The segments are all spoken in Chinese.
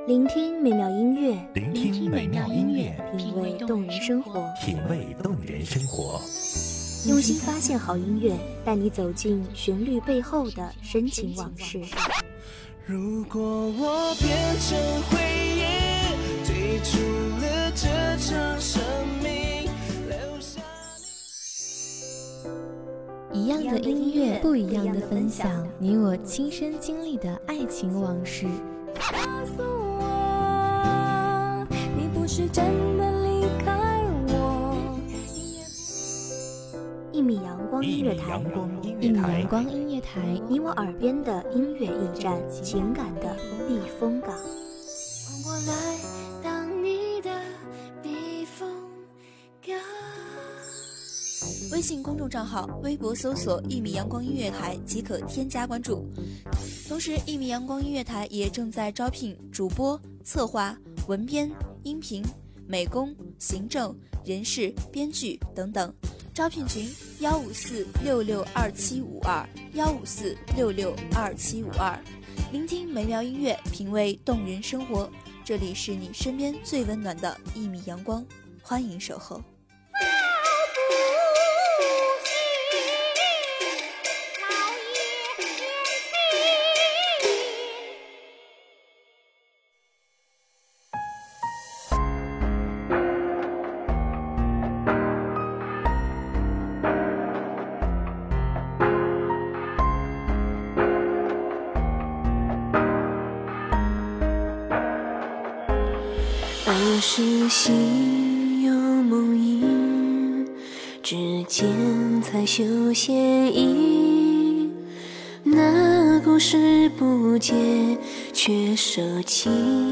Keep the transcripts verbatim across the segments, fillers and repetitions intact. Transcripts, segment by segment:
聆听美妙音乐， 聆听美妙音乐， 品味动人生活， 品味动人生活。 用心发现好音乐，带你走进旋律背后的深情往事。 如果我变成回忆，退出了这场生命，留下一样的音乐，不一样的分享，你我亲身经历的爱情往事。 告诉我，你不是真的离开我。 一米阳光音乐台， 一米阳光音乐台， 你我耳边的音乐驿站，情感的避风港。 我来当你的避风港。 微信公众账号、微博搜索“一米阳光音乐台”即可添加关注。同时，一米阳光音乐台也正在招聘主播、策划、文编、音频、美工、行政、人事、编剧等等。招聘群：幺五四六六二七五二幺五四六六二七五二。聆听美妙音乐，品味动人生活。这里是你身边最温暖的一米阳光，欢迎守候。 儿时心有梦萦，指尖才绣线衣。那故事不解，却舍弃。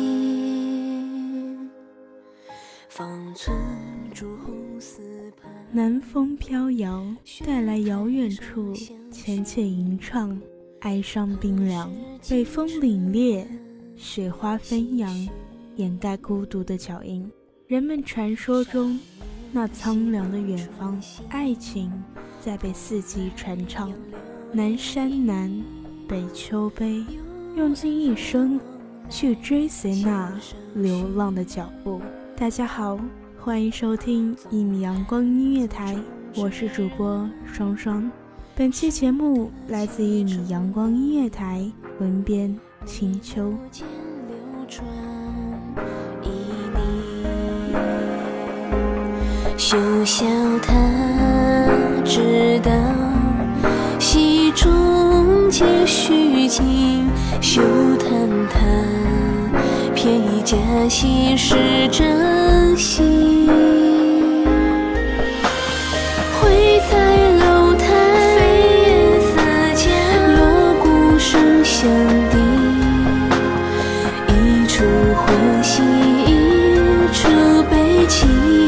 方寸朱红丝畔， 南风飘摇，带来遥远处浅浅吟唱，哀伤冰凉，北风凛冽，雪花飞扬，掩盖孤独的脚印。人们传说中那苍凉的远方，爱情在被四季传唱。南山南，北秋悲，用尽一生去追随那流浪的脚步。大家好，欢迎收听一米阳光音乐台，我是主播双双。本期节目来自一米阳光音乐台，文编清秋。 休笑他知道戏中皆虚情，休叹他偏以假戏是真心。绘彩楼台飞檐四家，锣鼓声响叮，一出欢喜一出悲情。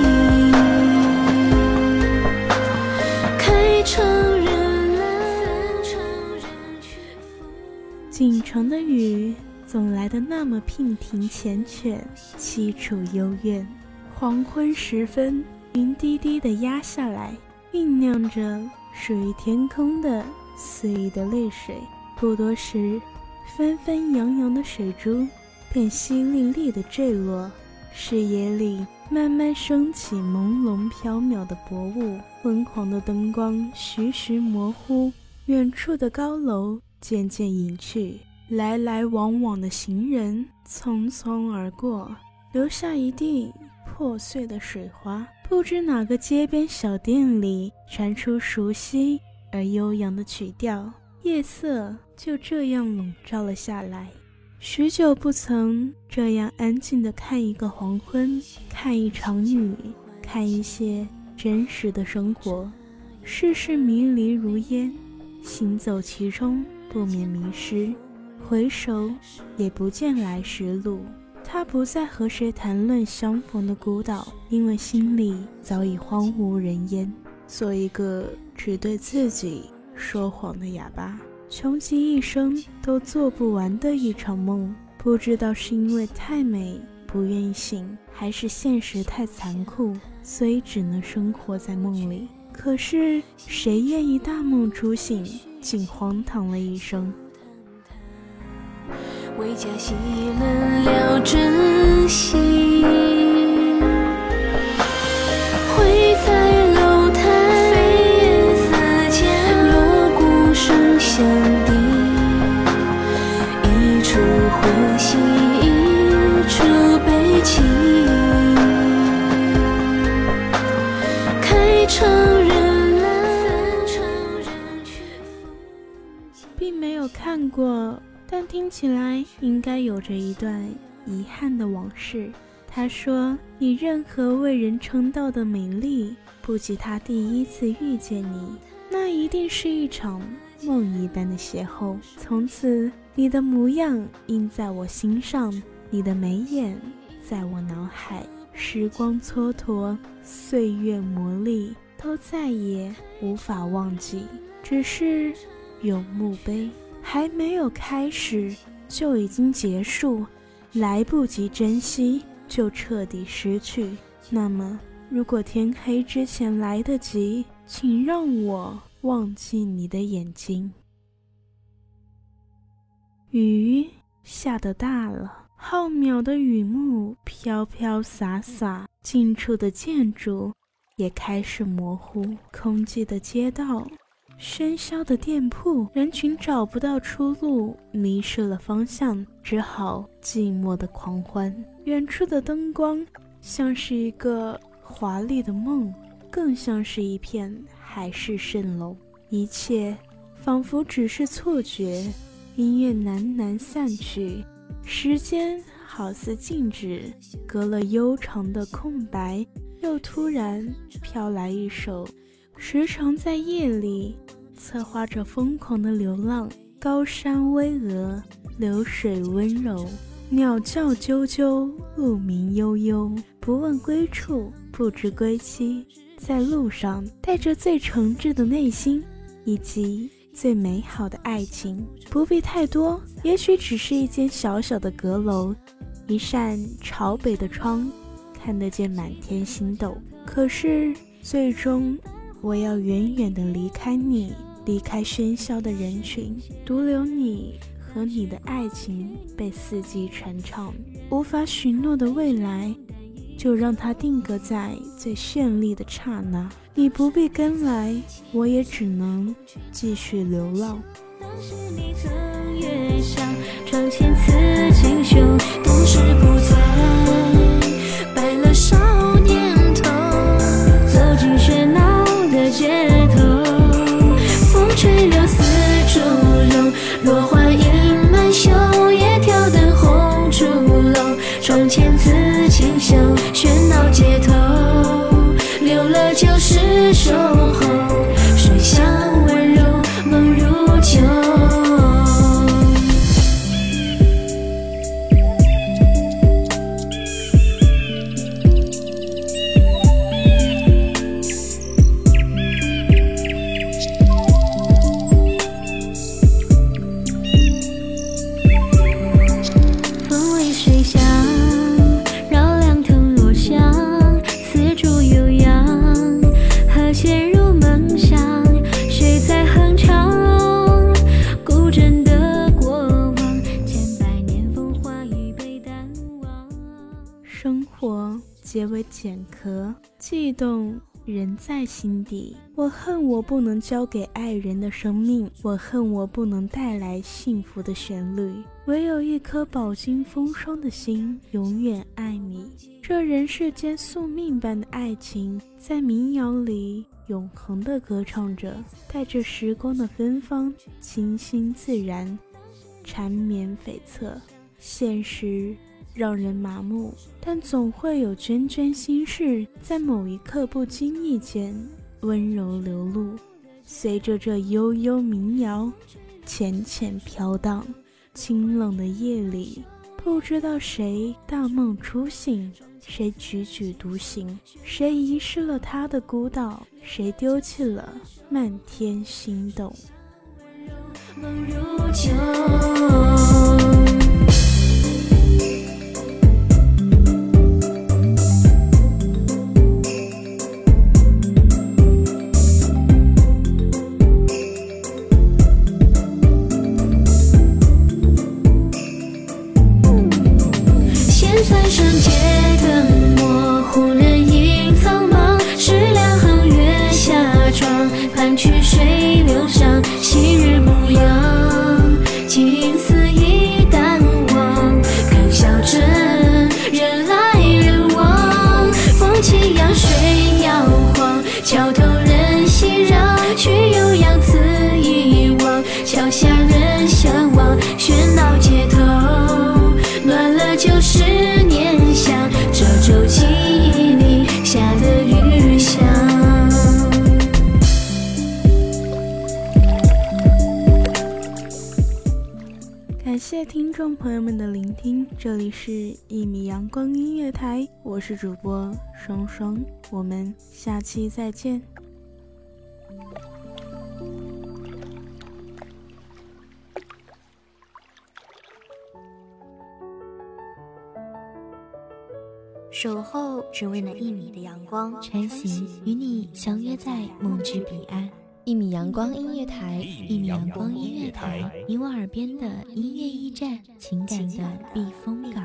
锦城的雨总来得那么娉婷缱绻，凄楚幽怨。黄昏时分，云低低地压下来，酝酿着属于天空的肆意的泪水。不多时，纷纷扬扬的水珠便淅沥沥地坠落，视野里慢慢升起朦胧缥缈的薄雾，昏黄的灯光徐徐模糊，远处的高楼渐渐隐去，来来往往的行人匆匆而过，留下一地破碎的水花。不知哪个街边小店里传出熟悉而悠扬的曲调，夜色就这样笼罩了下来。许久不曾这样安静地看一个黄昏，看一场雨，看一些真实的生活。世事迷离如烟，行走其中不免迷失，回首也不见来时路。他不再和谁谈论相逢的孤岛，因为心里早已荒无人烟。做一个只对自己说谎的哑巴，穷极一生都做不完的一场梦。不知道是因为太美不愿意醒，还是现实太残酷，所以只能生活在梦里。可是谁愿意大梦初醒，竟荒唐了一生。 为家熄了了真心，绘彩楼台，飞檐四间，锣鼓声响叮，一处欢喜一处悲情，开场人来散场人去， 并没有看过，但听起来应该有着一段遗憾的往事。他说，你任何为人称道的美丽，不及他第一次遇见你，那一定是一场梦一般的邂逅。从此你的模样印在我心上，你的眉眼在我脑海，时光蹉跎，岁月磨砺，都再也无法忘记。只是有墓碑还没有开始就已经结束，来不及珍惜就彻底失去。那么如果天黑之前来得及，请让我忘记你的眼睛。雨下得大了，浩渺的雨幕飘飘洒洒，近处的建筑也开始模糊，空寂的街道，喧嚣的店铺，人群找不到出路，迷失了方向，只好寂寞的狂欢。远处的灯光像是一个华丽的梦，更像是一片海市蜃楼，一切仿佛只是错觉。音乐喃喃散去，时间好似静止，隔了悠长的空白，又突然飘来一首时常在夜里策划着疯狂的流浪。高山巍峨，流水温柔，鸟叫啾啾，鹿鸣悠悠，不问归处，不知归期，在路上带着最诚挚的内心以及最美好的爱情。不必太多，也许只是一间小小的阁楼，一扇朝北的窗，看得见满天星斗。可是最终我要远远地离开你，离开喧嚣的人群，独留你和你的爱情被四季传唱。无法许诺的未来，就让它定格在最绚丽的刹那。你不必跟来，我也只能继续流浪。 当时你曾月上窗前刺青绣，都市不再白了少年头，走进喧闹的街头，风吹柳丝竹柔，落花映满袖，夜挑灯红烛楼，窗前刺青绣，喧闹街头，留了旧时守候，水乡温柔，梦如旧。风微水乡，绕梁藤落香，丝竹悠扬，和弦入梦乡，谁在哼唱古镇的过往，千百年风华已被淡忘。 生活结为茧壳，悸动人在心底。我恨我不能交给爱人的生命，我恨我不能带来幸福的旋律，唯有一颗饱经风霜的心，永远爱你。这人世间宿命般的爱情，在民谣里永恒地歌唱着，带着时光的芬芳，清新自然，缠绵悱恻。现实让人麻木，但总会有涓涓心事，在某一刻不经意间温柔流露，随着这悠悠民谣浅浅飘荡。清冷的夜里，不知道谁大梦初醒，谁踽踽独行，谁遗失了他的孤岛，谁丢弃了漫天星斗。 梦如旧。 现在圣洁的模糊人影苍茫，是两行月下窗，盘曲水流上，昔日模样，今似已淡忘。看小镇人来人往，风起扬水摇晃，桥头人熙攘，去悠扬此一望，桥下人相望，喧闹街头暖了旧时念想，这周记忆里下的雨香。 感谢听众朋友们的聆听，这里是一米阳光音乐台，我是主播双双，我们下期再见。 守候只为那一米的阳光， 穿行与你相约在梦之彼岸。一米阳光音乐台，一米阳光音乐台，你我耳边的音乐驿站，情感的避风港。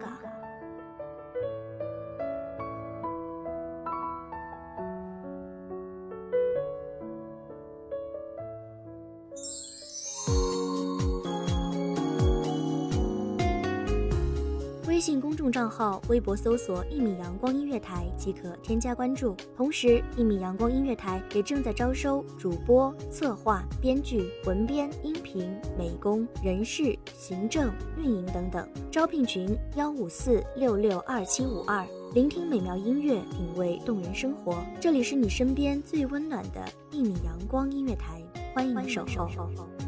微信公众账号、微博搜索“一米阳光音乐台”即可添加关注。同时，一米阳光音乐台也正在招收主播、策划、编剧、文编、音频、美工、人事、行政、运营等等。招聘群：幺五四六六二七五二。聆听美妙音乐，品味动人生活。这里是你身边最温暖的一米阳光音乐台，欢迎你守候。